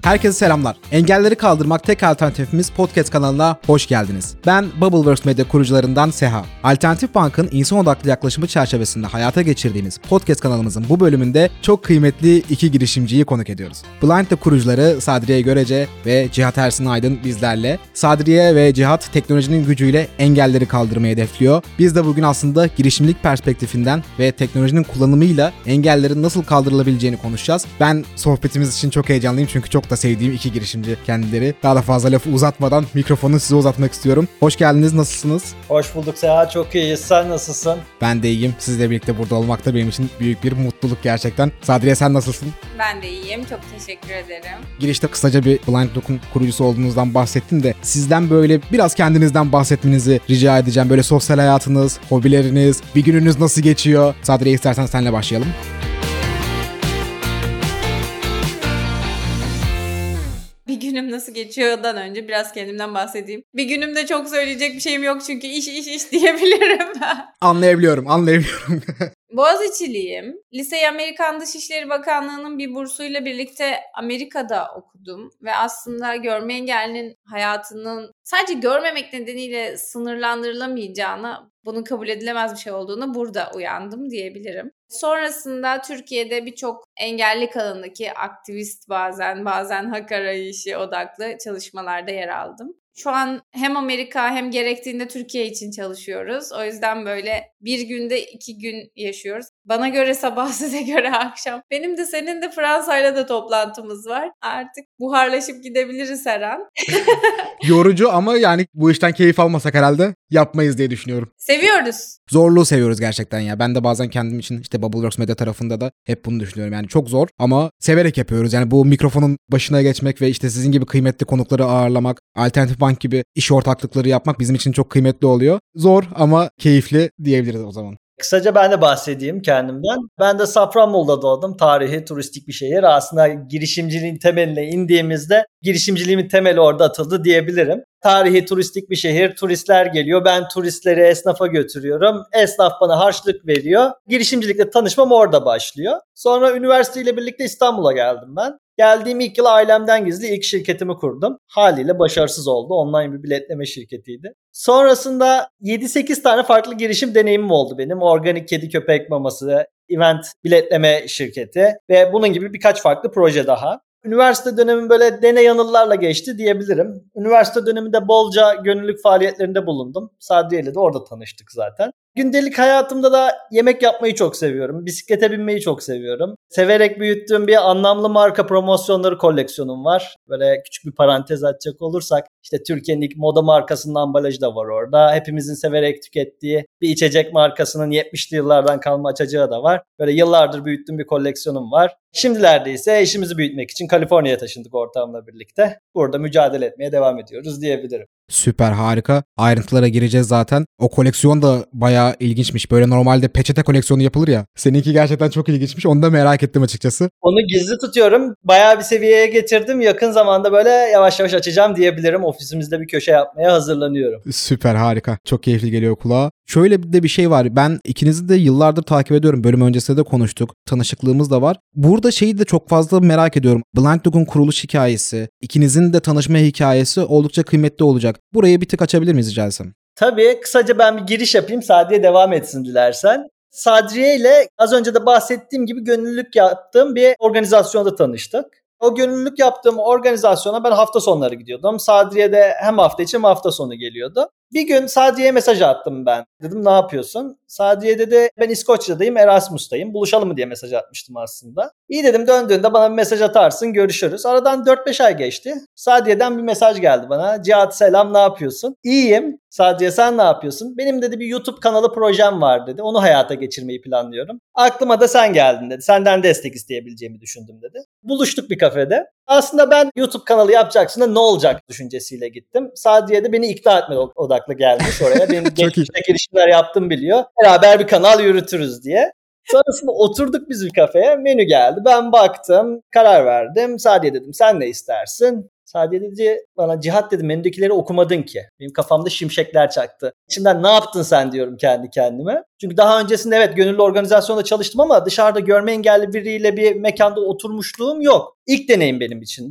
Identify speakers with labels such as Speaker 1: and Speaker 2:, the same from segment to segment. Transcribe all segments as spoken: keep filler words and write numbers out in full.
Speaker 1: Herkese selamlar. Engelleri kaldırmak tek alternatifimiz podcast kanalına hoş geldiniz. Ben Bubbleworks Medya kurucularından Seha. Alternatif Bank'ın insan odaklı yaklaşımı çerçevesinde hayata geçirdiğimiz podcast kanalımızın bu bölümünde çok kıymetli iki girişimciyi konuk ediyoruz. Blind'de kurucuları Sadriye Görece ve Cihat Ersin Aydın bizlerle. Sadriye ve Cihat teknolojinin gücüyle engelleri kaldırmayı hedefliyor. Biz de bugün aslında girişimcilik perspektifinden ve teknolojinin kullanımıyla engellerin nasıl kaldırılabileceğini konuşacağız. Ben sohbetimiz için çok heyecanlıyım çünkü çok da sevdiğim iki girişimci kendileri. Daha da fazla lafı uzatmadan mikrofonu size uzatmak istiyorum. Hoş geldiniz, nasılsınız?
Speaker 2: Hoş bulduk Seha, çok iyiyiz. Sen nasılsın?
Speaker 1: Ben de iyiyim. Sizle birlikte burada olmak da benim için büyük bir mutluluk gerçekten. Sadriye sen nasılsın?
Speaker 3: Ben de iyiyim, çok teşekkür ederim.
Speaker 1: Girişte kısaca bir Blind Look'un kurucusu olduğunuzdan bahsettim de sizden böyle biraz kendinizden bahsetmenizi rica edeceğim. Böyle sosyal hayatınız, hobileriniz, bir gününüz nasıl geçiyor? Sadriye istersen seninle başlayalım.
Speaker 3: Bir günüm nasıl geçiyordan önce biraz kendimden bahsedeyim. Bir günümde çok söyleyecek bir şeyim yok çünkü iş iş iş diyebilirim.
Speaker 1: Anlayabiliyorum, anlayabiliyorum.
Speaker 3: Boğaziçi'liyim. Liseyi Amerikan Dışişleri Bakanlığı'nın bir bursuyla birlikte Amerika'da okudum. Ve aslında görme engellinin hayatının sadece görmemek nedeniyle sınırlandırılamayacağını, bunun kabul edilemez bir şey olduğunu burada uyandım diyebilirim. Sonrasında Türkiye'de birçok engelli alanındaki aktivist bazen, bazen hak arayışı odaklı çalışmalarda yer aldım. Şu an hem Amerika hem gerektiğinde Türkiye için çalışıyoruz. O yüzden böyle bir günde iki gün yaşıyoruz. Bana göre sabah, size göre akşam. Benim de senin de Fransa'yla da toplantımız var. Artık buharlaşıp gidebiliriz her an.
Speaker 1: Yorucu ama yani bu işten keyif almasak herhalde yapmayız diye düşünüyorum.
Speaker 3: Seviyoruz.
Speaker 1: Zorluğu seviyoruz gerçekten ya. Ben de bazen kendim için işte Bubbleworks Medya tarafında da hep bunu düşünüyorum. Yani çok zor ama severek yapıyoruz. Yani bu mikrofonun başına geçmek ve işte sizin gibi kıymetli konukları ağırlamak, Alternatif Bank gibi iş ortaklıkları yapmak bizim için çok kıymetli oluyor. Zor ama keyifli diyebiliriz o zaman.
Speaker 2: Kısaca ben de bahsedeyim kendimden. Ben de Safranbolu'da doğdum. Tarihi, turistik bir şehir. Aslında girişimciliğin temeline indiğimizde girişimciliğimin temeli orada atıldı diyebilirim. Tarihi, turistik bir şehir. Turistler geliyor. Ben turistleri esnafa götürüyorum. Esnaf bana harçlık veriyor. Girişimcilikle tanışmam orada başlıyor. Sonra üniversiteyle birlikte İstanbul'a geldim ben. Geldiğim ilk yıl ailemden gizli ilk şirketimi kurdum. Haliyle başarısız oldu. Online bir biletleme şirketiydi. Sonrasında yedi sekiz tane farklı girişim deneyimim oldu benim. Organik kedi köpek maması, event biletleme şirketi ve bunun gibi birkaç farklı proje daha. Üniversite dönemim böyle deney yanıllarla geçti diyebilirim. Üniversite döneminde bolca gönüllülük faaliyetlerinde bulundum. Sadriye ile de orada tanıştık zaten. Gündelik hayatımda da yemek yapmayı çok seviyorum. Bisiklete binmeyi çok seviyorum. Severek büyüttüğüm bir anlamlı marka promosyonları koleksiyonum var. Böyle küçük bir parantez açacak olursak işte Türkiye'nin ilk moda markasının ambalajı da var orada. Hepimizin severek tükettiği bir içecek markasının yetmişli yıllardan kalma açacağı da var. Böyle yıllardır büyüttüğüm bir koleksiyonum var. Şimdilerde ise işimizi büyütmek için Kaliforniya'ya taşındık ortağımla birlikte. Burada mücadele etmeye devam ediyoruz diyebilirim.
Speaker 1: Süper, harika. Ayrıntılara gireceğiz zaten. O koleksiyon da bayağı ilginçmiş. Böyle normalde peçete koleksiyonu yapılır ya. Seninki gerçekten çok ilginçmiş. Onu da merak ettim açıkçası.
Speaker 2: Onu gizli tutuyorum. Bayağı bir seviyeye getirdim. Yakın zamanda böyle yavaş yavaş açacağım diyebilirim. Ofisimizde bir köşe yapmaya hazırlanıyorum.
Speaker 1: Süper, harika. Çok keyifli geliyor kulağa. Şöyle de bir şey var. Ben ikinizi de yıllardır takip ediyorum. Bölüm öncesinde de konuştuk. Tanışıklığımız da var. Burada şeyi de çok fazla merak ediyorum. Blind Look'un kuruluş hikayesi, ikinizin de tanışma hikayesi oldukça kıymetli olacak. Burayı bir tık açabilir miyiz rica etsem?
Speaker 2: Tabii, kısaca ben bir giriş yapayım. Sadriye devam etsin dilersen. Sadriye ile az önce de bahsettiğim gibi gönüllülük yaptığım bir organizasyonda tanıştık. O gönüllülük yaptığım organizasyona ben hafta sonları gidiyordum. Sadriye de hem hafta içi hem hafta sonu geliyordu. Bir gün Sadriye'ye mesaj attım ben. Dedim ne yapıyorsun? Sadriye dedi ben İskoçya'dayım, Erasmus'tayım. Buluşalım mı diye mesaj atmıştım aslında. İyi dedim, döndüğünde bana bir mesaj atarsın, görüşürüz. Aradan dört beş ay geçti. Sadriye'den bir mesaj geldi bana. Cihat selam, ne yapıyorsun? İyiyim. Sadriye sen ne yapıyorsun? Benim dedi bir YouTube kanalı projem var dedi. Onu hayata geçirmeyi planlıyorum. Aklıma da sen geldin dedi. Senden destek isteyebileceğimi düşündüm dedi. Buluştuk bir kafede. Aslında ben YouTube kanalı yapacaksın da ne olacak düşüncesiyle gittim. Sadriye de beni ikna etme odaklı gelmiş oraya. Benim geçmişte girişimler yaptım biliyor. Beraber bir kanal yürütürüz diye. Sonrasında oturduk biz bir kafeye. Menü geldi. Ben baktım. Karar verdim. Sadriye dedim sen ne istersin? Sadriye dedi bana Cihat dedi menüdekileri okumadın ki. Benim kafamda şimşekler çaktı. İçimden ne yaptın sen diyorum kendi kendime. Çünkü daha öncesinde evet gönüllü organizasyonda çalıştım ama dışarıda görme engelli biriyle bir mekanda oturmuşluğum yok. İlk deneyim benim için de.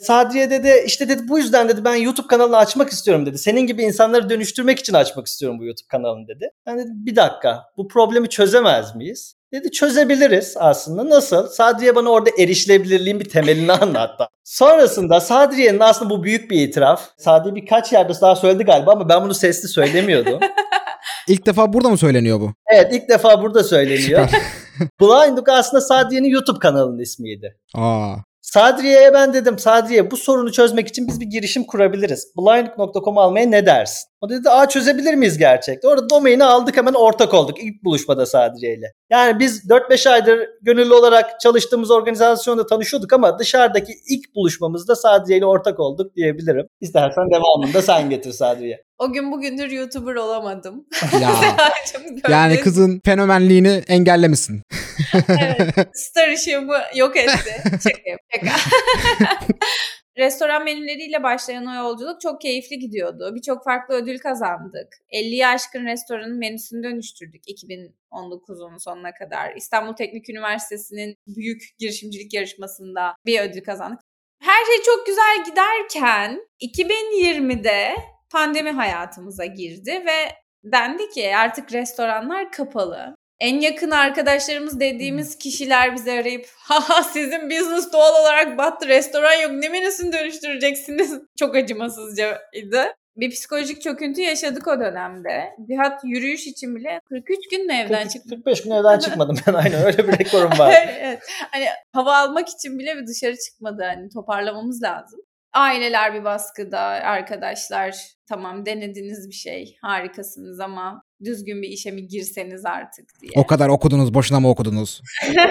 Speaker 2: Sadriye dedi işte dedi bu yüzden dedi ben YouTube kanalını açmak istiyorum dedi. Senin gibi insanları dönüştürmek için açmak istiyorum bu YouTube kanalını dedi. Ben dedim bir dakika bu problemi çözemez miyiz? Dedi çözebiliriz aslında. Nasıl? Sadriye bana orada erişilebilirliğin bir temelini anlattı. Sonrasında Sadriye'nin aslında bu büyük bir itiraf. Sadriye birkaç yerde daha söyledi galiba ama ben bunu sesli söylemiyordum.
Speaker 1: İlk defa burada mı söyleniyor bu?
Speaker 2: Evet ilk defa burada söyleniyor. Blind Hook aslında Sadriye'nin YouTube kanalının ismiydi.
Speaker 1: Aa.
Speaker 2: Sadriye'ye ben dedim Sadriye bu sorunu çözmek için biz bir girişim kurabiliriz. blindhook nokta com'u almaya ne dersin? O dedi aa çözebilir miyiz gerçekten? Orada domaini aldık hemen ortak olduk ilk buluşmada Sadriye ile. Yani biz dört beş aydır gönüllü olarak çalıştığımız organizasyonda tanışıyorduk ama dışarıdaki ilk buluşmamızda Sadriye ile ortak olduk diyebilirim. İstersen devamında sen getir Sadriye.
Speaker 3: O gün bugündür YouTuber olamadım.
Speaker 1: Ya. Yani kızın fenomenliğini engellemişsin.
Speaker 3: Evet. Star ışığımı yok etti. Şaka şaka. Restoran menüleriyle başlayan o yolculuk çok keyifli gidiyordu. Birçok farklı ödül kazandık. elliyi aşkın restoranın menüsünü dönüştürdük iki bin on dokuzun sonuna kadar. İstanbul Teknik Üniversitesi'nin büyük girişimcilik yarışmasında bir ödül kazandık. Her şey çok güzel giderken iki bin yirmide pandemi hayatımıza girdi ve dendi ki artık restoranlar kapalı. En yakın arkadaşlarımız dediğimiz kişiler bizi arayıp haha sizin business doğal olarak battı, restoran yok, ne menüsünü dönüştüreceksiniz? Çok acımasızcaydı. Bir psikolojik çöküntü yaşadık o dönemde. Cihat yürüyüş için bile kırk üç gün mü evden çıktı?
Speaker 2: kırk beş gün evden çıkmadım ben aynen öyle bir rekorum var.
Speaker 3: Evet. Hani hava almak için bile bir dışarı çıkmadı. Hani toparlamamız lazım. Aileler bir baskıda, arkadaşlar tamam denediniz bir şey, harikasınız ama düzgün bir işe mi girseniz artık diye.
Speaker 1: O kadar okudunuz, boşuna mı okudunuz?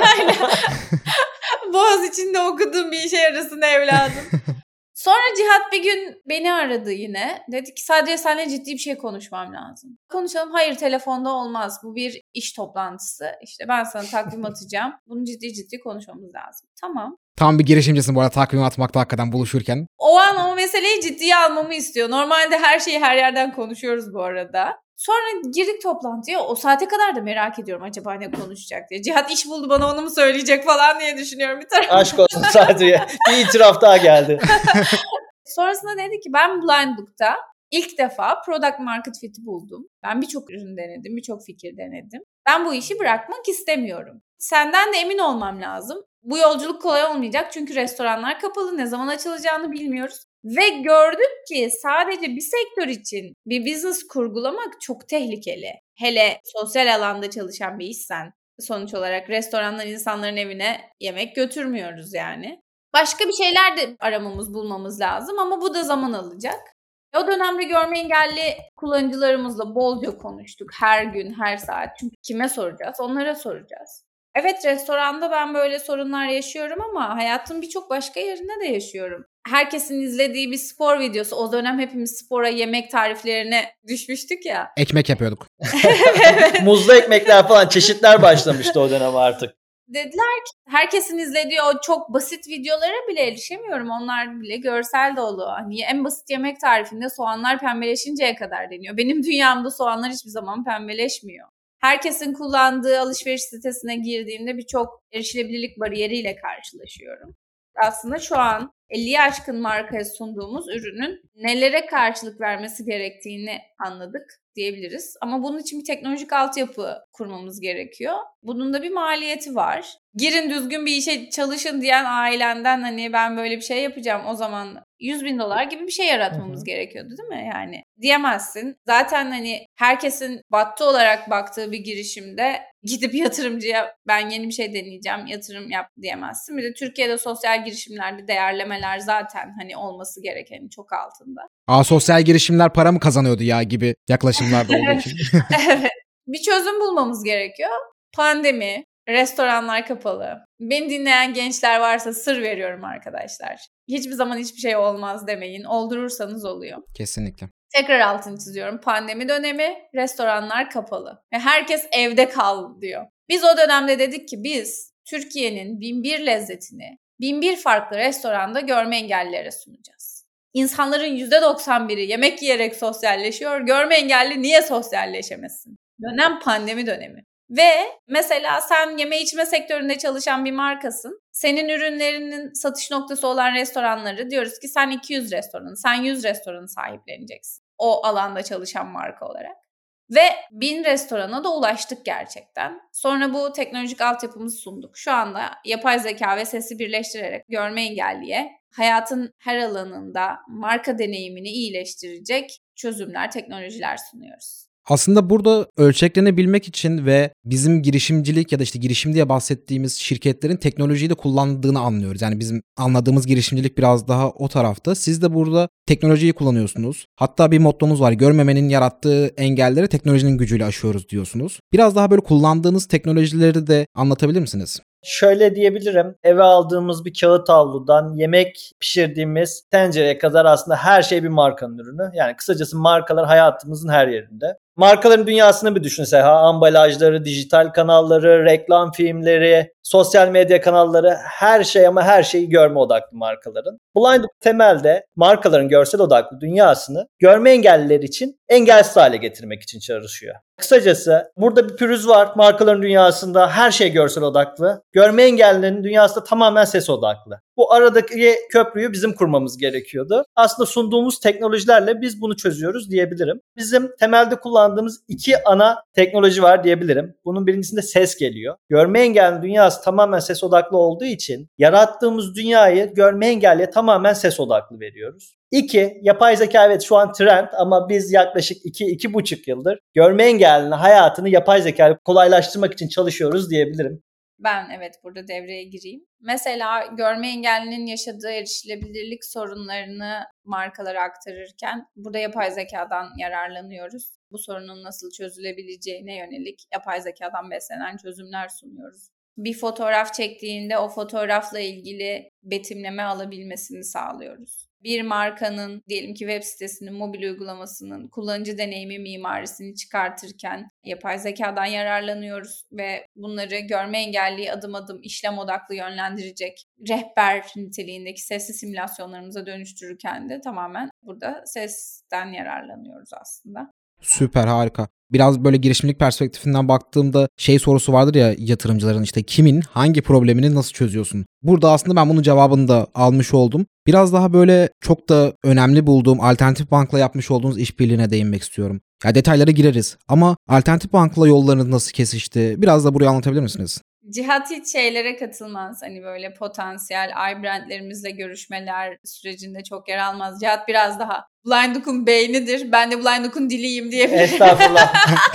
Speaker 3: Boğaz içinde okuduğum bir işe yarasın evladım. Sonra Cihat bir gün beni aradı yine. Dedi ki sadece seninle ciddi bir şey konuşmam lazım. Konuşalım. Hayır telefonda olmaz. Bu bir iş toplantısı. İşte ben sana takvim atacağım. Bunu ciddi ciddi konuşmamız lazım. Tamam.
Speaker 1: Tam bir girişimcisin bu arada takvim atmakta hakikaten buluşurken.
Speaker 3: O an o meseleyi ciddiye almamı istiyor. Normalde her şeyi her yerden konuşuyoruz bu arada. Sonra girdik toplantıya. O saate kadar da merak ediyorum acaba ne konuşacak diye. Cihat iş buldu bana onu mu söyleyecek falan diye düşünüyorum bir taraftan.
Speaker 2: Aşk olsun Sadriye. Bir itiraf daha geldi.
Speaker 3: Sonrasında dedi ki ben Blind Hook'ta ilk defa product market fit'i buldum. Ben birçok ürün denedim, birçok fikir denedim. Ben bu işi bırakmak istemiyorum. Senden de emin olmam lazım. Bu yolculuk kolay olmayacak çünkü restoranlar kapalı. Ne zaman açılacağını bilmiyoruz. Ve gördük ki sadece bir sektör için bir business kurgulamak çok tehlikeli. Hele sosyal alanda çalışan bir işsen sonuç olarak restoranlar insanların evine yemek götürmüyoruz yani. Başka bir şeyler de aramamız bulmamız lazım ama bu da zaman alacak. O dönemde görme engelli kullanıcılarımızla bolca konuştuk her gün her saat. Çünkü kime soracağız? Onlara soracağız. Evet restoranda ben böyle sorunlar yaşıyorum ama hayatın birçok başka yerinde de yaşıyorum. Herkesin izlediği bir spor videosu. O dönem hepimiz spora yemek tariflerine düşmüştük ya.
Speaker 1: Ekmek yapıyorduk.
Speaker 2: Muzlu ekmekler falan çeşitler başlamıştı o dönem artık.
Speaker 3: Dediler ki herkesin izlediği o çok basit videolara bile erişemiyorum. Onlar bile görsel dolu. Hani en basit yemek tarifinde soğanlar pembeleşinceye kadar deniyor. Benim dünyamda soğanlar hiçbir zaman pembeleşmiyor. Herkesin kullandığı alışveriş sitesine girdiğimde birçok erişilebilirlik bariyeriyle karşılaşıyorum. Aslında şu an elliyi aşkın markaya sunduğumuz ürünün nelere karşılık vermesi gerektiğini anladık diyebiliriz. Ama bunun için bir teknolojik altyapı kurmamız gerekiyor. Bunun da bir maliyeti var. Girin düzgün bir işe çalışın diyen ailenden hani ben böyle bir şey yapacağım o zaman yüz bin dolar gibi bir şey yaratmamız hı hı. gerekiyordu değil mi? Yani diyemezsin. Zaten hani herkesin battı olarak baktığı bir girişimde gidip yatırımcıya ben yeni bir şey deneyeceğim yatırım yap diyemezsin. Bir de Türkiye'de sosyal girişimlerde değerlemeler zaten hani olması gerekenin çok altında.
Speaker 1: Aa sosyal girişimler para mı kazanıyordu ya gibi yaklaşımlar da olduğu için.
Speaker 3: Evet. Bir çözüm bulmamız gerekiyor. Pandemi, restoranlar kapalı. Beni dinleyen gençler varsa sır veriyorum arkadaşlar. Hiçbir zaman hiçbir şey olmaz demeyin. Oldurursanız oluyor.
Speaker 1: Kesinlikle.
Speaker 3: Tekrar altını çiziyorum. Pandemi dönemi, restoranlar kapalı. Ve herkes evde kal diyor. Biz o dönemde dedik ki biz Türkiye'nin bin bir lezzetini bin bir farklı restoranda görme engellilere sunacağız. İnsanların yüzde doksan biri yemek yiyerek sosyalleşiyor. Görme engelli niye sosyalleşemesin? Dönem pandemi dönemi. Ve mesela sen yeme içme sektöründe çalışan bir markasın. Senin ürünlerinin satış noktası olan restoranları diyoruz ki sen iki yüz restoranı, sen yüz restoranı sahipleneceksin. O alanda çalışan marka olarak. Ve bin restorana da ulaştık gerçekten. Sonra bu teknolojik altyapımızı sunduk. Şu anda yapay zeka ve sesi birleştirerek görme engelliye hayatın her alanında marka deneyimini iyileştirecek çözümler, teknolojiler sunuyoruz.
Speaker 1: Aslında burada ölçeklenebilmek için ve bizim girişimcilik ya da işte girişim diye bahsettiğimiz şirketlerin teknolojiyi de kullandığını anlıyoruz. Yani bizim anladığımız girişimcilik biraz daha o tarafta. Siz de burada teknolojiyi kullanıyorsunuz. Hatta bir mottonuz var. Görmemenin yarattığı engelleri teknolojinin gücüyle aşıyoruz diyorsunuz. Biraz daha böyle kullandığınız teknolojileri de anlatabilir misiniz?
Speaker 2: Şöyle diyebilirim, eve aldığımız bir kağıt havludan yemek pişirdiğimiz tencereye kadar aslında her şey bir markanın ürünü. Yani kısacası markalar hayatımızın her yerinde. Markaların dünyasını bir düşün Seha. Ambalajları, dijital kanalları, reklam filmleri, sosyal medya kanalları, her şey ama her şeyi görme odaklı markaların. Blind Book temelde markaların görsel odaklı dünyasını görme engelliler için engelsiz hale getirmek için çalışıyor. Kısacası burada bir pürüz var markaların dünyasında, her şey görsel odaklı. Görme engellilerin dünyasında tamamen ses odaklı. Bu aradaki köprüyü bizim kurmamız gerekiyordu. Aslında sunduğumuz teknolojilerle biz bunu çözüyoruz diyebilirim. Bizim temelde kullandığımız iki ana teknoloji var diyebilirim. Bunun birincisinde ses geliyor. Görme engelli dünyası tamamen ses odaklı olduğu için yarattığımız dünyayı görme engelliye tamamen ses odaklı veriyoruz. İki, yapay zeka evet şu an trend ama biz yaklaşık iki iki buçuk yıldır görme engellinin hayatını yapay zeka kolaylaştırmak için çalışıyoruz diyebilirim.
Speaker 3: Ben evet burada devreye gireyim. Mesela görme engellinin yaşadığı erişilebilirlik sorunlarını markalara aktarırken burada yapay zekadan yararlanıyoruz. Bu sorunun nasıl çözülebileceğine yönelik yapay zekadan beslenen çözümler sunuyoruz. Bir fotoğraf çektiğinde o fotoğrafla ilgili betimleme alabilmesini sağlıyoruz. Bir markanın diyelim ki web sitesinin, mobil uygulamasının kullanıcı deneyimi mimarisini çıkartırken yapay zekadan yararlanıyoruz ve bunları görme engelliyi adım adım işlem odaklı yönlendirecek rehber niteliğindeki sesli simülasyonlarımıza dönüştürürken de tamamen burada sesten yararlanıyoruz aslında.
Speaker 1: Süper, harika. Biraz böyle girişimcilik perspektifinden baktığımda şey sorusu vardır ya yatırımcıların, işte kimin hangi problemini nasıl çözüyorsun? Burada aslında ben bunun cevabını da almış oldum. Biraz daha böyle çok da önemli bulduğum Alternatif Bank'la yapmış olduğunuz işbirliğine değinmek istiyorum. Ya detaylara gireriz ama Alternatif Bank'la yollarınız nasıl kesişti? Biraz da burayı anlatabilir misiniz?
Speaker 3: Cihat hiç şeylere katılmaz. Hani böyle potansiyel iBrand'lerimizle görüşmeler sürecinde çok yer almaz. Cihat biraz daha Blind Book'un beynidir. Ben de Blind Book'un diliyim diyebilirim.
Speaker 2: Estağfurullah.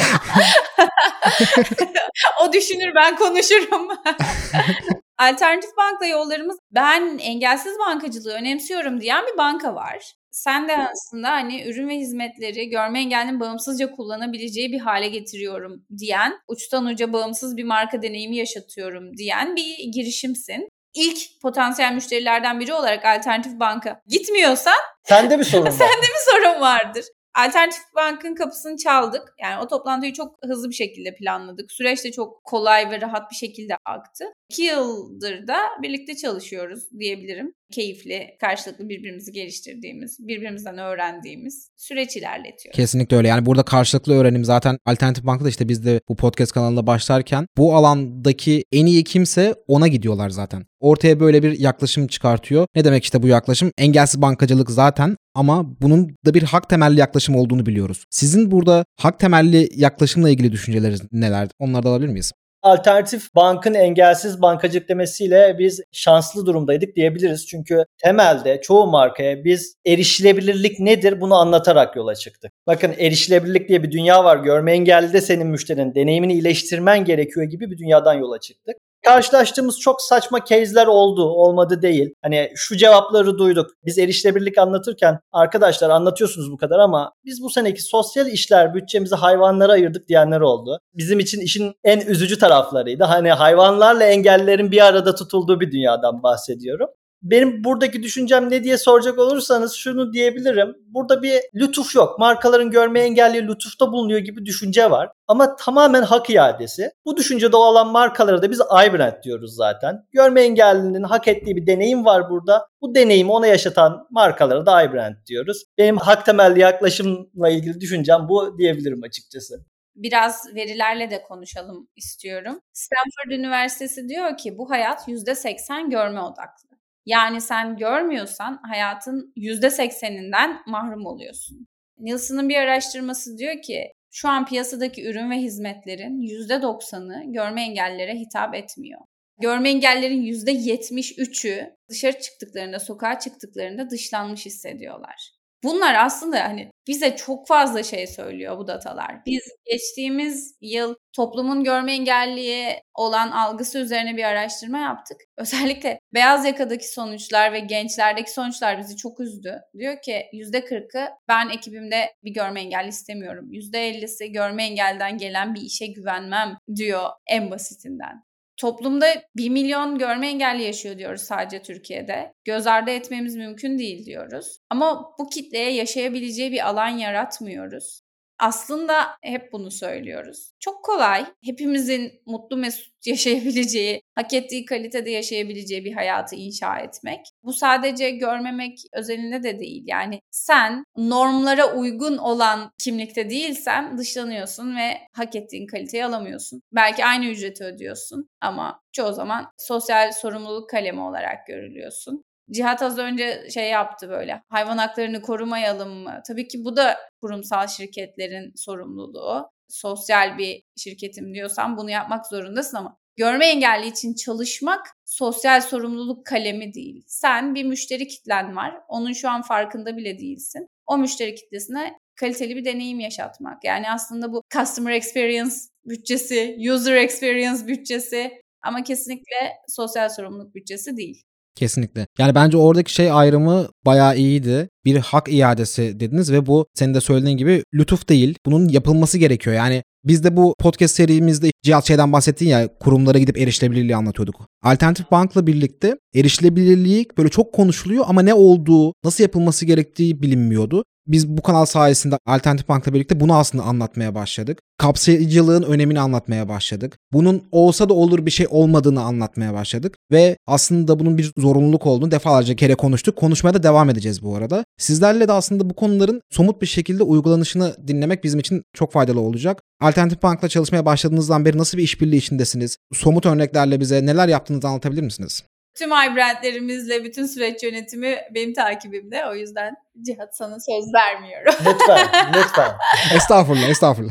Speaker 3: O düşünür, ben konuşurum. Alternatif Bank'la yollarımız, ben engelsiz bankacılığı önemsiyorum diyen bir banka var. Sen de aslında hani ürün ve hizmetleri görme engellinin bağımsızca kullanabileceği bir hale getiriyorum diyen, uçtan uca bağımsız bir marka deneyimi yaşatıyorum diyen bir girişimsin. İlk potansiyel müşterilerden biri olarak Alternatif Bank'a gitmiyorsan
Speaker 2: sende bir sorun var.
Speaker 3: Sende bir sorun vardır. Alternatif Bank'ın kapısını çaldık. Yani o toplantıyı çok hızlı bir şekilde planladık. Süreç de çok kolay ve rahat bir şekilde aktı. İki yıldır da birlikte çalışıyoruz diyebilirim. Keyifli, karşılıklı birbirimizi geliştirdiğimiz, birbirimizden öğrendiğimiz süreç ilerletiyoruz.
Speaker 1: Kesinlikle öyle. Yani burada karşılıklı öğrenim zaten Alternatif Bank'ta, işte biz de bu podcast kanalına başlarken bu alandaki en iyi kimse ona gidiyorlar zaten. Ortaya böyle bir yaklaşım çıkartıyor. Ne demek işte bu yaklaşım? Engelsiz bankacılık zaten ama bunun da bir hak temelli yaklaşım olduğunu biliyoruz. Sizin burada hak temelli yaklaşımla ilgili düşünceleriniz neler? Onları da alabilir miyiz?
Speaker 2: Alternatif Bank'ın engelsiz bankacılık demesiyle biz şanslı durumdaydık diyebiliriz. Çünkü temelde çoğu markaya biz erişilebilirlik nedir bunu anlatarak yola çıktık. Bakın, erişilebilirlik diye bir dünya var. Görme engelli de senin müşterinin deneyimini iyileştirmen gerekiyor gibi bir dünyadan yola çıktık. Karşılaştığımız çok saçma case'ler oldu, olmadı değil. Hani şu cevapları duyduk. Biz erişilebilirlik anlatırken arkadaşlar anlatıyorsunuz bu kadar ama biz bu seneki sosyal işler bütçemizi hayvanlara ayırdık diyenler oldu. Bizim için işin en üzücü taraflarıydı. Hani hayvanlarla engellilerin bir arada tutulduğu bir dünyadan bahsediyorum. Benim buradaki düşüncem ne diye soracak olursanız şunu diyebilirim. Burada bir lütuf yok. Markaların görme engelli lütufta bulunuyor gibi düşünce var. Ama tamamen hak iadesi. Bu düşüncede olan markalara da biz iBrand diyoruz zaten. Görme engellinin hak ettiği bir deneyim var burada. Bu deneyimi ona yaşatan markalara da iBrand diyoruz. Benim hak temelli yaklaşımla ilgili düşüncem bu diyebilirim açıkçası.
Speaker 3: biraz verilerle de konuşalım istiyorum. Stanford Üniversitesi diyor ki bu hayat yüzde seksen görme odaklı. Yani sen görmüyorsan hayatın yüzde sekseninden mahrum oluyorsun. Nielsen'ın bir araştırması diyor ki şu an piyasadaki ürün ve hizmetlerin yüzde doksanı görme engellilere hitap etmiyor. Görme engellilerin yüzde yetmiş üçü dışarı çıktıklarında, sokağa çıktıklarında dışlanmış hissediyorlar. Bunlar aslında hani bize çok fazla şey söylüyor bu datalar. Biz geçtiğimiz yıl toplumun görme engelliye olan algısı üzerine bir araştırma yaptık. Özellikle beyaz yakadaki sonuçlar ve gençlerdeki sonuçlar bizi çok üzdü. Diyor ki yüzde kırkı ben ekibimde bir görme engelli istemiyorum. yüzde ellisi görme engelden gelen bir işe güvenmem diyor en basitinden. Toplumda bir milyon görme engelli yaşıyor diyoruz sadece Türkiye'de. Göz ardı etmemiz mümkün değil diyoruz. Ama bu kitleye yaşayabileceği bir alan yaratmıyoruz. Aslında hep bunu söylüyoruz. Çok kolay, hepimizin mutlu mesut yaşayabileceği, hak ettiği kalitede yaşayabileceği bir hayatı inşa etmek. Bu sadece görmemek özelinde de değil. Yani sen normlara uygun olan kimlikte değilsen dışlanıyorsun ve hak ettiğin kaliteyi alamıyorsun. Belki aynı ücreti ödüyorsun ama çoğu zaman sosyal sorumluluk kalemi olarak görülüyorsun. Cihat az önce şey yaptı böyle, hayvan haklarını korumayalım mı? Tabii ki bu da kurumsal şirketlerin sorumluluğu. Sosyal bir şirketim diyorsan bunu yapmak zorundasın ama görme engelli için çalışmak sosyal sorumluluk kalemi değil. Sen bir müşteri kitlen var, onun şu an farkında bile değilsin. O müşteri kitlesine kaliteli bir deneyim yaşatmak. Yani aslında bu customer experience bütçesi, user experience bütçesi ama kesinlikle sosyal sorumluluk bütçesi değil.
Speaker 1: Kesinlikle. Yani bence oradaki şey ayrımı bayağı iyiydi. Bir hak iadesi dediniz ve bu senin de söylediğin gibi lütuf değil. Bunun yapılması gerekiyor. Yani biz de bu podcast serimizde Cihat şeyden bahsettin ya, kurumlara gidip erişilebilirliği anlatıyorduk. Alternatif Bank'la birlikte erişilebilirliği böyle çok konuşuluyor ama ne olduğu, nasıl yapılması gerektiği bilinmiyordu. Biz bu kanal sayesinde Alternatif Bank'la birlikte bunu aslında anlatmaya başladık. Kapsayıcılığın önemini anlatmaya başladık. Bunun olsa da olur bir şey olmadığını anlatmaya başladık. Ve aslında bunun bir zorunluluk olduğunu defalarca kere konuştuk. Konuşmaya da devam edeceğiz bu arada. Sizlerle de aslında bu konuların somut bir şekilde uygulanışını dinlemek bizim için çok faydalı olacak. Alternatif Bank'la çalışmaya başladığınızdan beri nasıl bir işbirliği içindesiniz? Somut örneklerle bize neler yaptığınızı anlatabilir misiniz?
Speaker 3: Tüm iBrand'lerimizle bütün süreç yönetimi benim takibimde. O yüzden Cihat sana söz vermiyorum.
Speaker 2: Lütfen, lütfen.
Speaker 1: Estağfurullah, estağfurullah.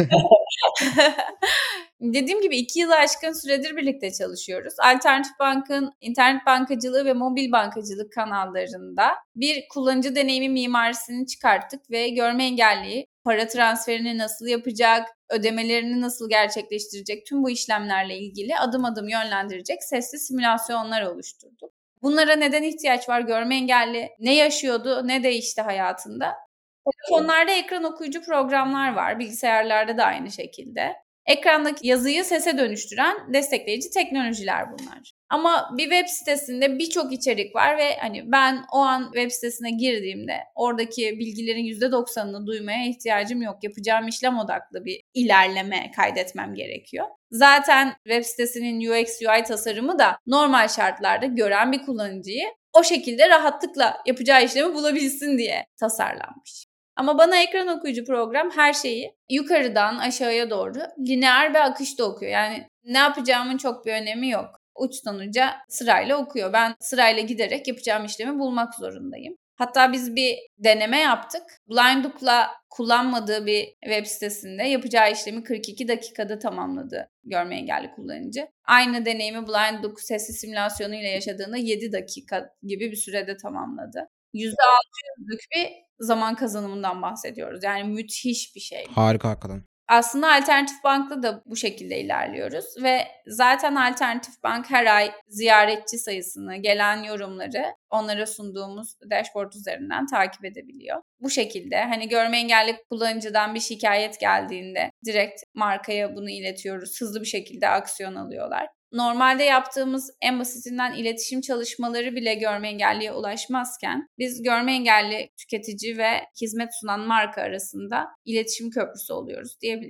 Speaker 3: Dediğim gibi iki yılı aşkın süredir birlikte çalışıyoruz. Alternatif Bank'ın internet bankacılığı ve mobil bankacılık kanallarında bir kullanıcı deneyimi mimarisini çıkarttık ve görme engelliyi para transferini nasıl yapacak, ödemelerini nasıl gerçekleştirecek, tüm bu işlemlerle ilgili adım adım yönlendirecek sesli simülasyonlar oluşturduk. Bunlara neden ihtiyaç var? Görme engelli ne yaşıyordu, ne değişti hayatında? Telefonlarda ekran okuyucu programlar var, bilgisayarlarda da aynı şekilde. Ekrandaki yazıyı sese dönüştüren destekleyici teknolojiler bunlar. Ama bir web sitesinde birçok içerik var ve hani ben o an web sitesine girdiğimde oradaki bilgilerin yüzde doksanını duymaya ihtiyacım yok. Yapacağım işlem odaklı bir ilerleme kaydetmem gerekiyor. Zaten web sitesinin U X U I tasarımı da normal şartlarda gören bir kullanıcıyı o şekilde rahatlıkla yapacağı işlemi bulabilsin diye tasarlanmış. Ama bana ekran okuyucu program her şeyi yukarıdan aşağıya doğru lineer bir akışta okuyor. Yani ne yapacağımın çok bir önemi yok. Uçtan uca sırayla okuyor. Ben sırayla giderek yapacağım işlemi bulmak zorundayım. Hatta biz bir deneme yaptık. Blindhook'la kullanmadığı bir web sitesinde yapacağı işlemi kırk iki dakikada tamamladı görme engelli kullanıcı. Aynı deneyimi Blindhook sesli simülasyonu ile yaşadığında yedi dakika gibi bir sürede tamamladı. yüzde altı yüzlük bir zaman kazanımından bahsediyoruz. Yani müthiş bir şey.
Speaker 1: Harika hakikaten.
Speaker 3: Aslında Alternatif Bank'ta da bu şekilde ilerliyoruz ve zaten Alternatif Bank her ay ziyaretçi sayısını, gelen yorumları onlara sunduğumuz dashboard üzerinden takip edebiliyor. Bu şekilde hani görme engelli kullanıcıdan bir şikayet geldiğinde direkt markaya bunu iletiyoruz. Hızlı bir şekilde aksiyon alıyorlar. Normalde yaptığımız en basitinden iletişim çalışmaları bile görme engelliye ulaşmazken biz görme engelli tüketici ve hizmet sunan marka arasında iletişim köprüsü oluyoruz diyebiliriz.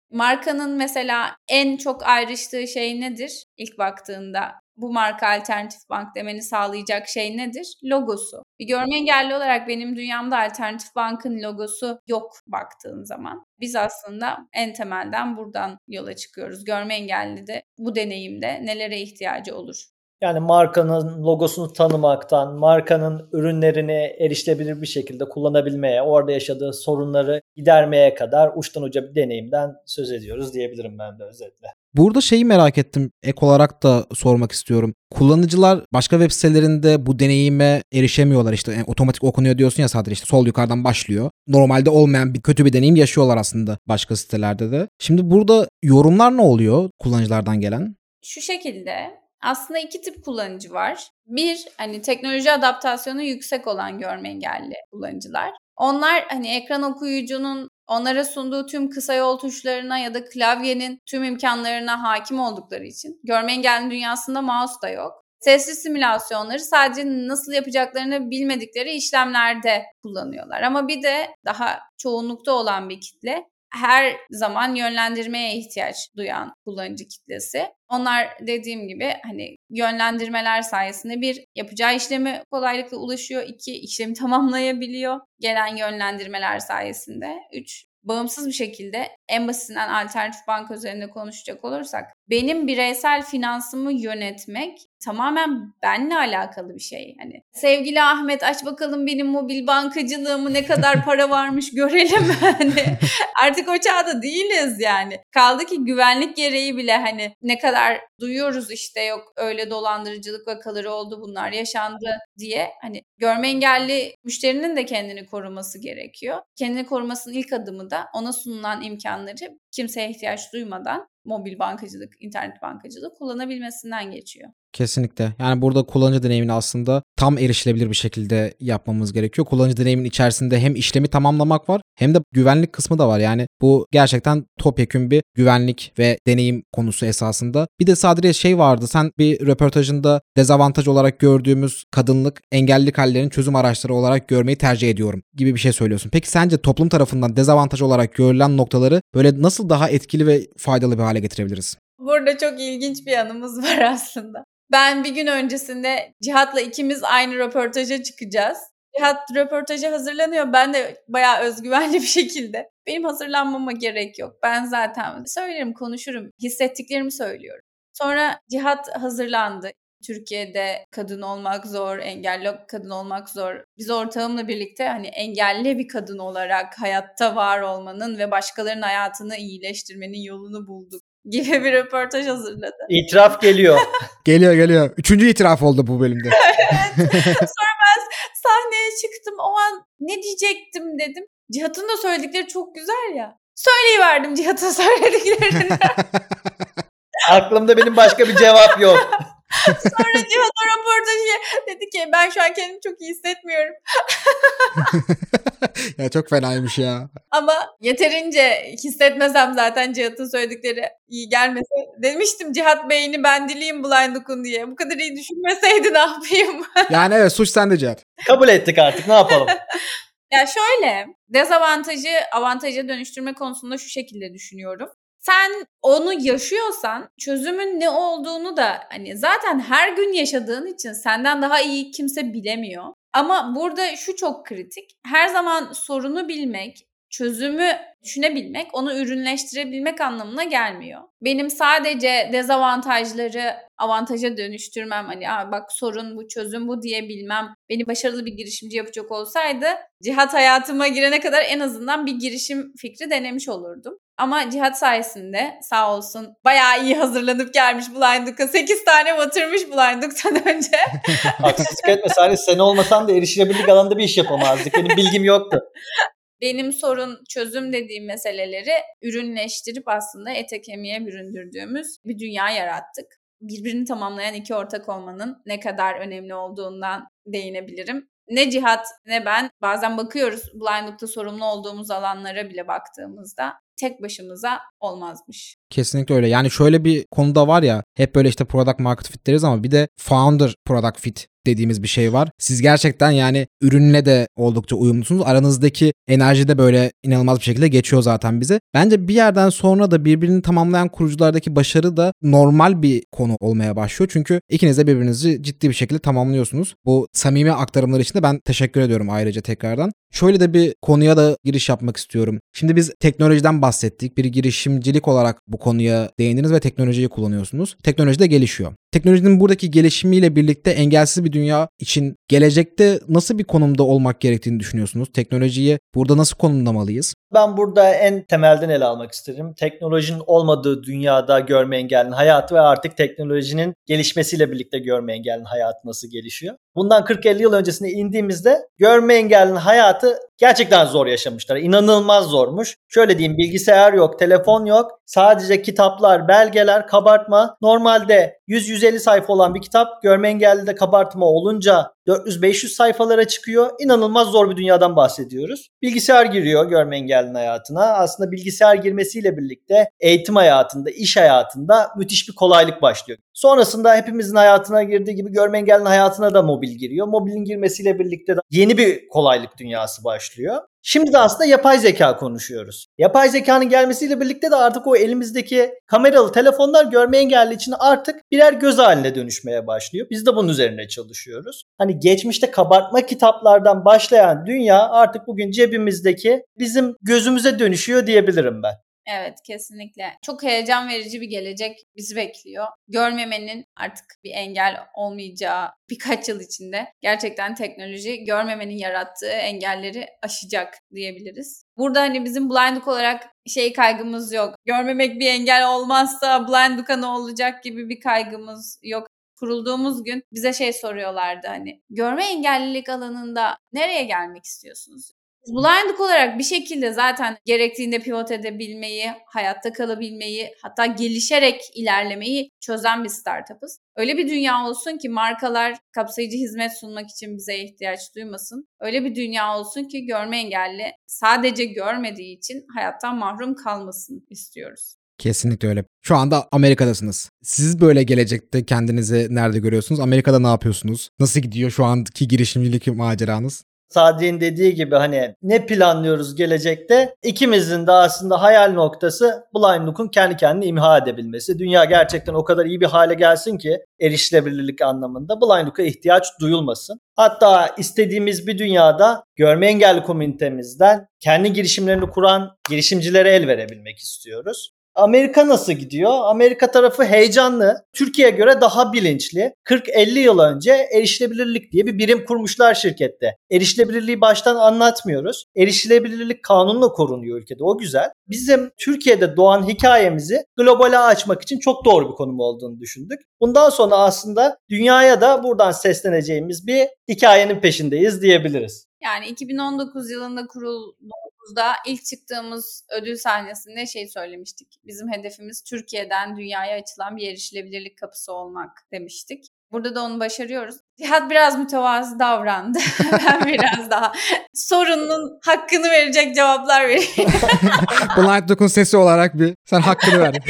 Speaker 3: Markanın mesela en çok ayrıştığı şey nedir? İlk baktığında bu marka Alternatif Bank demeni sağlayacak şey nedir? Logosu. Bir görme engelli olarak benim dünyamda Alternatif Bank'ın logosu yok baktığın zaman. Biz aslında en temelden buradan yola çıkıyoruz. Görme engelli de bu deneyimde nelere ihtiyacı olur?
Speaker 2: Yani markanın logosunu tanımaktan, markanın ürünlerini erişilebilir bir şekilde kullanabilmeye, orada yaşadığı sorunları gidermeye kadar uçtan uca bir deneyimden söz ediyoruz diyebilirim ben de özetle.
Speaker 1: Burada şeyi merak ettim, ek olarak da sormak istiyorum. Kullanıcılar başka web sitelerinde bu deneyime erişemiyorlar, işte yani otomatik okunuyor diyorsun ya, sadece işte sol yukarıdan başlıyor. Normalde olmayan bir kötü bir deneyim yaşıyorlar aslında başka sitelerde de. Şimdi burada yorumlar ne oluyor kullanıcılardan gelen?
Speaker 3: Şu şekilde aslında iki tip kullanıcı var. Bir, hani teknoloji adaptasyonu yüksek olan görme engelli kullanıcılar. Onlar hani ekran okuyucunun onlara sunduğu tüm kısa yol tuşlarına ya da klavyenin tüm imkanlarına hakim oldukları için, görme engelli dünyasında mouse da yok, sesli simülasyonları sadece nasıl yapacaklarını bilmedikleri işlemlerde kullanıyorlar. Ama bir de daha çoğunlukta olan bir kitle, her zaman yönlendirmeye ihtiyaç duyan kullanıcı kitlesi. Onlar dediğim gibi hani yönlendirmeler sayesinde bir, yapacağı işlemi kolaylıkla ulaşıyor. İki, işlemi tamamlayabiliyor gelen yönlendirmeler sayesinde. Üç, bağımsız bir şekilde, en basitinden Alternatif Bank üzerinde konuşacak olursak, benim bireysel finansımı yönetmek tamamen benimle alakalı bir şey. Hani sevgili Ahmet, aç bakalım benim mobil bankacılığımı, ne kadar para varmış görelim. Hani artık o çağda değiliz yani. Kaldı ki güvenlik gereği bile hani ne kadar duyuyoruz işte, yok öyle dolandırıcılık vakaları oldu, bunlar yaşandı diye. Hani görme engelli müşterinin de kendini koruması gerekiyor. Kendini korumasının ilk adımı da ona sunulan imkanları kimseye ihtiyaç duymadan mobil bankacılık, internet bankacılığı kullanabilmesinden geçiyor.
Speaker 1: Kesinlikle. Yani burada kullanıcı deneyimini aslında tam erişilebilir bir şekilde yapmamız gerekiyor. Kullanıcı deneyimin içerisinde hem işlemi tamamlamak var hem de güvenlik kısmı da var. Yani bu gerçekten topyekün bir güvenlik ve deneyim konusu esasında. Bir de sadece şey vardı. Sen bir röportajında dezavantaj olarak gördüğümüz kadınlık, engellilik hallerinin çözüm araçları olarak görmeyi tercih ediyorum gibi bir şey söylüyorsun. Peki sence toplum tarafından dezavantaj olarak görülen noktaları böyle nasıl daha etkili ve faydalı bir hale getirebiliriz?
Speaker 3: Burada çok ilginç bir anımız var aslında. Ben bir gün öncesinde Cihat'la ikimiz aynı röportaja çıkacağız. Cihat röportaja hazırlanıyor. Ben de bayağı özgüvenli bir şekilde. Benim hazırlanmama gerek yok. Ben zaten söylerim, konuşurum. Hissettiklerimi söylüyorum. Sonra Cihat hazırlandı. Türkiye'de kadın olmak zor, engelli kadın olmak zor. Biz ortağımla birlikte hani engelli bir kadın olarak hayatta var olmanın ve başkalarının hayatını iyileştirmenin yolunu bulduk gibi bir röportaj hazırladı.
Speaker 2: İtiraf geliyor.
Speaker 1: Geliyor geliyor. Üçüncü itiraf oldu bu bölümde.
Speaker 3: Evet. Sonra ben sahneye çıktım. O an ne diyecektim dedim. Cihat'ın da söyledikleri çok güzel ya. Söyleyiverdim Cihat'ın söylediklerini.
Speaker 2: Aklımda benim başka bir cevap yok.
Speaker 3: Sonra Cihat o röportajı dedi ki ben şu an kendimi çok iyi hissetmiyorum.
Speaker 1: Ya çok fenaymış ya.
Speaker 3: Ama yeterince hissetmesem zaten Cihat'ın söyledikleri iyi gelmese, demiştim Cihat Bey'ini ben dileyim Blind Hook'un diye. Bu kadar iyi düşünmeseydi ne yapayım?
Speaker 1: Yani evet, suç sende Cihat.
Speaker 2: Kabul ettik artık, ne yapalım?
Speaker 3: Ya şöyle, dezavantajı avantaja dönüştürme konusunda şu şekilde düşünüyorum. Sen onu yaşıyorsan çözümün ne olduğunu da hani zaten her gün yaşadığın için senden daha iyi kimse bilemiyor. Ama burada şu çok kritik. Her zaman sorunu bilmek, çözümü düşünebilmek, onu ürünleştirebilmek anlamına gelmiyor. Benim sadece dezavantajları avantaja dönüştürmem, hani bak sorun bu, çözüm bu diyebilmem, beni başarılı bir girişimci yapacak olsaydı Cihat hayatıma girene kadar en azından bir girişim fikri denemiş olurdum. Ama Cihat sayesinde sağ olsun bayağı iyi hazırlanıp gelmiş Blind Hook'a. sekiz tane batırmış Blind Hook'tan önce.
Speaker 2: Haksızlık etme Salih, sen olmasan da erişilebilirlik alanında bir iş yapamazdık. Benim bilgim yoktu.
Speaker 3: Benim sorun çözüm dediğim meseleleri ürünleştirip aslında ete kemiğe büründürdüğümüz bir dünya yarattık. Birbirini tamamlayan iki ortak olmanın ne kadar önemli olduğundan değinebilirim. Ne Cihat ne ben bazen bakıyoruz Blind Hook'ta sorumlu olduğumuz alanlara bile baktığımızda tek başımıza olmazmış.
Speaker 1: Kesinlikle öyle. Yani şöyle bir konuda var ya, hep böyle işte product market fit deriz ama bir de founder product fit dediğimiz bir şey var. Siz gerçekten yani ürünle de oldukça uyumlusunuz. Aranızdaki enerji de böyle inanılmaz bir şekilde geçiyor zaten bize. Bence bir yerden sonra da birbirini tamamlayan kuruculardaki başarı da normal bir konu olmaya başlıyor. Çünkü ikiniz de birbirinizi ciddi bir şekilde tamamlıyorsunuz. Bu samimi aktarımlar için de ben teşekkür ediyorum ayrıca tekrardan. Şöyle de bir konuya da giriş yapmak istiyorum. Şimdi biz teknolojiden bahsettik. Bir girişimcilik olarak bu konuya değindiniz ve teknolojiyi kullanıyorsunuz. Teknoloji de gelişiyor. Teknolojinin buradaki gelişimiyle birlikte engelsiz bir dünya için gelecekte nasıl bir konumda olmak gerektiğini düşünüyorsunuz? Teknolojiyi burada nasıl konumlamalıyız?
Speaker 2: Ben burada en temelden ele almak isterim. Teknolojinin olmadığı dünyada görme engellinin hayatı ve artık teknolojinin gelişmesiyle birlikte görme engellinin hayatı nasıl gelişiyor? Bundan kırk elli yıl öncesine indiğimizde görme engellinin hayatı gerçekten zor yaşamışlar. İnanılmaz zormuş. Şöyle diyeyim, bilgisayar yok, telefon yok. Sadece kitaplar, belgeler, kabartma. Normalde yüz yüz elli sayfa olan bir kitap görme engellide kabartma olunca dört yüz beş yüz sayfalara çıkıyor. İnanılmaz zor bir dünyadan bahsediyoruz. Bilgisayar giriyor görme engellinin hayatına. Aslında bilgisayar girmesiyle birlikte eğitim hayatında, iş hayatında müthiş bir kolaylık başlıyor. Sonrasında hepimizin hayatına girdiği gibi görme engellinin hayatına da mobil giriyor. Mobilin girmesiyle birlikte de yeni bir kolaylık dünyası başlıyor. Şimdi de aslında yapay zeka konuşuyoruz. Yapay zekanın gelmesiyle birlikte de artık o elimizdeki kameralı telefonlar görme engelli için artık birer göz haline dönüşmeye başlıyor. Biz de bunun üzerine çalışıyoruz. Hani geçmişte kabartma kitaplardan başlayan dünya artık bugün cebimizdeki bizim gözümüze dönüşüyor diyebilirim ben.
Speaker 3: Evet, kesinlikle. Çok heyecan verici bir gelecek bizi bekliyor. Görmemenin artık bir engel olmayacağı birkaç yıl içinde gerçekten teknoloji görmemenin yarattığı engelleri aşacak diyebiliriz. Burada hani bizim Blind Book olarak şey kaygımız yok. Görmemek bir engel olmazsa Blind Book'a ne olacak gibi bir kaygımız yok. Kurulduğumuz gün bize şey soruyorlardı, hani görme engellilik alanında nereye gelmek istiyorsunuz? Blind Book olarak bir şekilde zaten gerektiğinde pivot edebilmeyi, hayatta kalabilmeyi, hatta gelişerek ilerlemeyi çözen bir startup'ız. Öyle bir dünya olsun ki markalar kapsayıcı hizmet sunmak için bize ihtiyaç duymasın. Öyle bir dünya olsun ki görme engelli sadece görmediği için hayattan mahrum kalmasın istiyoruz.
Speaker 1: Kesinlikle öyle. Şu anda Amerika'dasınız. Siz böyle gelecekte kendinizi nerede görüyorsunuz? Amerika'da ne yapıyorsunuz? Nasıl gidiyor şu anki girişimcilik maceranız?
Speaker 2: Sadri'nin dediği gibi hani ne planlıyoruz gelecekte? İkimizin de aslında hayal noktası Blind Book'un kendi kendini imha edebilmesi. Dünya gerçekten o kadar iyi bir hale gelsin ki erişilebilirlik anlamında Blind Book'a ihtiyaç duyulmasın. Hatta istediğimiz bir dünyada görme engelli komünitemizden kendi girişimlerini kuran girişimcilere el verebilmek istiyoruz. Amerika nasıl gidiyor? Amerika tarafı heyecanlı. Türkiye'ye göre daha bilinçli. kırk elli yıl önce erişilebilirlik diye bir birim kurmuşlar şirkette. Erişilebilirliği baştan anlatmıyoruz. Erişilebilirlik kanunla korunuyor ülkede. O güzel. Bizim Türkiye'de doğan hikayemizi globale açmak için çok doğru bir konum olduğunu düşündük. Bundan sonra aslında dünyaya da buradan sesleneceğimiz bir hikayenin peşindeyiz diyebiliriz.
Speaker 3: Yani iki bin on dokuz yılında kurulduğumuzda ilk çıktığımız ödül sahnesinde şey söylemiştik. Bizim hedefimiz Türkiye'den dünyaya açılan bir erişilebilirlik kapısı olmak demiştik. Burada da onu başarıyoruz. Cihat biraz mütevazı davrandı. Ben biraz daha sorunun hakkını verecek cevaplar vereyim.
Speaker 1: Blind Book'un sesi olarak bir sen hakkını ver.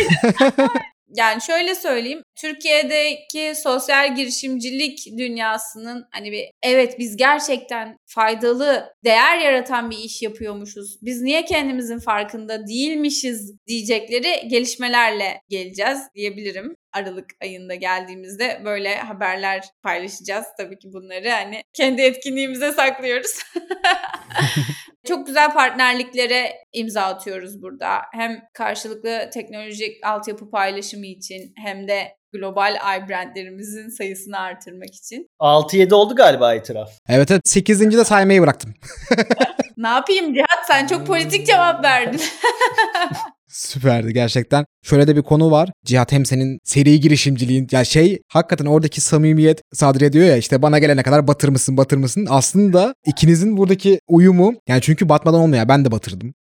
Speaker 3: Yani şöyle söyleyeyim, Türkiye'deki sosyal girişimcilik dünyasının hani bir evet biz gerçekten faydalı, değer yaratan bir iş yapıyormuşuz, biz niye kendimizin farkında değilmişiz diyecekleri gelişmelerle geleceğiz diyebilirim. Aralık ayında geldiğimizde böyle haberler paylaşacağız. Tabii ki bunları hani kendi etkinliğimize saklıyoruz. Çok güzel partnerliklere imza atıyoruz burada. Hem karşılıklı teknolojik altyapı paylaşımı için hem de global iBrandlerimizin sayısını artırmak için.
Speaker 2: altı yedi oldu galiba itiraf.
Speaker 1: Evet evet sekizinci de saymayı bıraktım.
Speaker 3: Ne yapayım Cihat, sen çok politik cevap verdin.
Speaker 1: Süperdi gerçekten. Şöyle de bir konu var. Cihat hem senin seri girişimciliğin ya şey hakikaten oradaki samimiyet Sadri diyor ya işte bana gelene kadar batırmışsın batırmışsın. Aslında ikinizin buradaki uyumu yani çünkü batmadan olmuyor. Ben de batırdım.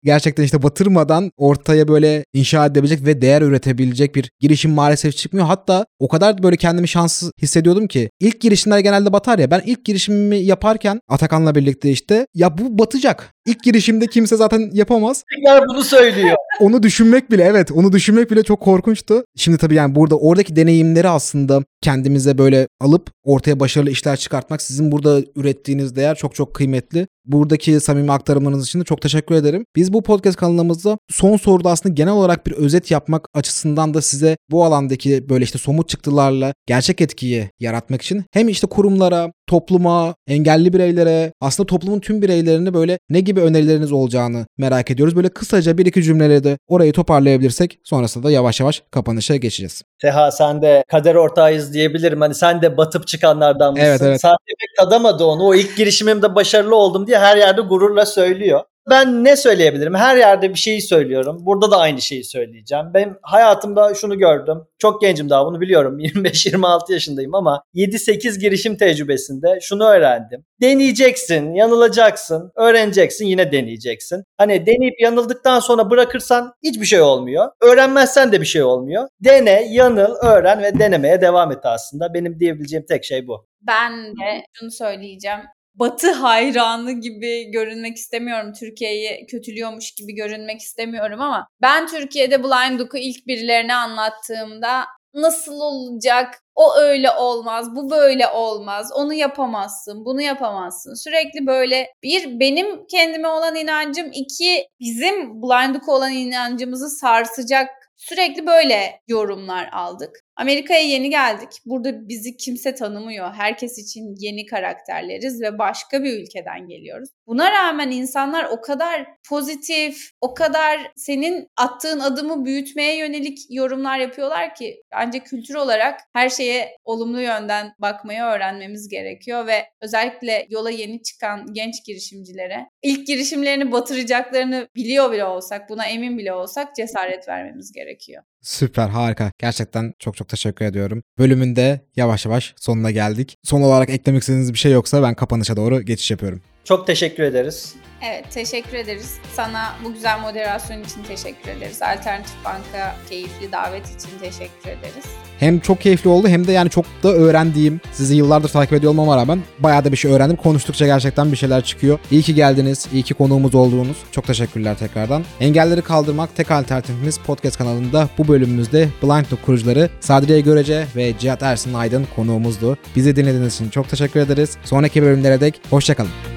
Speaker 1: gerçekten işte batırmadan ortaya böyle inşa edebilecek ve değer üretebilecek bir girişim maalesef çıkmıyor. Hatta o kadar böyle kendimi şanssız hissediyordum ki ilk girişimler genelde batar ya. Ben ilk girişimimi yaparken Atakan'la birlikte işte ya bu batacak. İlk girişimde kimse zaten yapamaz.
Speaker 2: Tekrar bunu söylüyor.
Speaker 1: Onu düşünmek bile evet onu düşünmek bile çok korkunçtu. Şimdi tabii yani burada oradaki deneyimleri aslında kendimize böyle alıp ortaya başarılı işler çıkartmak, sizin burada ürettiğiniz değer çok çok kıymetli. Buradaki samimi aktarımlarınız için de çok teşekkür ederim. Biz bu podcast kanalımızda son soruda aslında genel olarak bir özet yapmak açısından da size bu alandaki böyle işte somut çıktılarla gerçek etkiyi yaratmak için hem işte kurumlara, topluma, engelli bireylere, aslında toplumun tüm bireylerini böyle ne gibi önerileriniz olacağını merak ediyoruz. Böyle kısaca bir iki cümleyle de orayı toparlayabilirsek sonrasında da yavaş yavaş kapanışa geçeceğiz.
Speaker 2: Seha, sen de kader ortağıyız diyebilirim. Hani sen de batıp çıkanlardan mısın?
Speaker 1: Evet, evet.
Speaker 2: Sadece pek tadamadı onu. O ilk girişimimde başarılı oldum diye her yerde gururla söylüyor. Ben ne söyleyebilirim? Her yerde bir şeyi söylüyorum. Burada da aynı şeyi söyleyeceğim. Ben hayatımda şunu gördüm. Çok gencim daha, bunu biliyorum. yirmi beş yirmi altı yaşındayım ama yedi sekiz girişim tecrübesinde şunu öğrendim. Deneyeceksin, yanılacaksın, öğreneceksin, yine deneyeceksin. Hani deneyip yanıldıktan sonra bırakırsan hiçbir şey olmuyor. Öğrenmezsen de bir şey olmuyor. Dene, yanıl, öğren ve denemeye devam et aslında. Benim diyebileceğim tek şey bu.
Speaker 3: Ben de şunu söyleyeceğim. Batı hayranı gibi görünmek istemiyorum. Türkiye'yi kötülüyormuş gibi görünmek istemiyorum ama ben Türkiye'de Blind Book'u ilk birilerine anlattığımda nasıl olacak? O öyle olmaz, bu böyle olmaz, onu yapamazsın, bunu yapamazsın. Sürekli böyle bir benim kendime olan inancım, iki bizim Blind Book'a olan inancımızı sarsacak sürekli böyle yorumlar aldık. Amerika'ya yeni geldik. Burada bizi kimse tanımıyor. Herkes için yeni karakterleriz ve başka bir ülkeden geliyoruz. Buna rağmen insanlar o kadar pozitif, o kadar senin attığın adımı büyütmeye yönelik yorumlar yapıyorlar ki bence kültür olarak her şeye olumlu yönden bakmayı öğrenmemiz gerekiyor ve özellikle yola yeni çıkan genç girişimcilere ilk girişimlerini batıracaklarını biliyor bile olsak, buna emin bile olsak cesaret vermemiz gerekiyor.
Speaker 1: Süper, harika. Gerçekten çok çok teşekkür ediyorum. Bölümün de yavaş yavaş sonuna geldik. Son olarak eklemek istediğiniz bir şey yoksa ben kapanışa doğru geçiş yapıyorum.
Speaker 2: Çok teşekkür ederiz.
Speaker 3: Evet, teşekkür ederiz. Sana bu güzel moderasyon için teşekkür ederiz. Alternatif Bank'a keyifli davet için teşekkür ederiz.
Speaker 1: Hem çok keyifli oldu hem de yani çok da öğrendiğim, sizi yıllardır takip ediyor olmama rağmen bayağı da bir şey öğrendim. Konuştukça gerçekten bir şeyler çıkıyor. İyi ki geldiniz, iyi ki konuğumuz olduğunuz. Çok teşekkürler tekrardan. Engelleri Kaldırmak Tek Alternatifimiz podcast kanalında bu bölümümüzde Blind Book kurucuları Sadriye Görece ve Cihat Ersin Aydın konuğumuzdu. Bizi dinlediğiniz için çok teşekkür ederiz. Sonraki bölümlere dek hoşçakalın.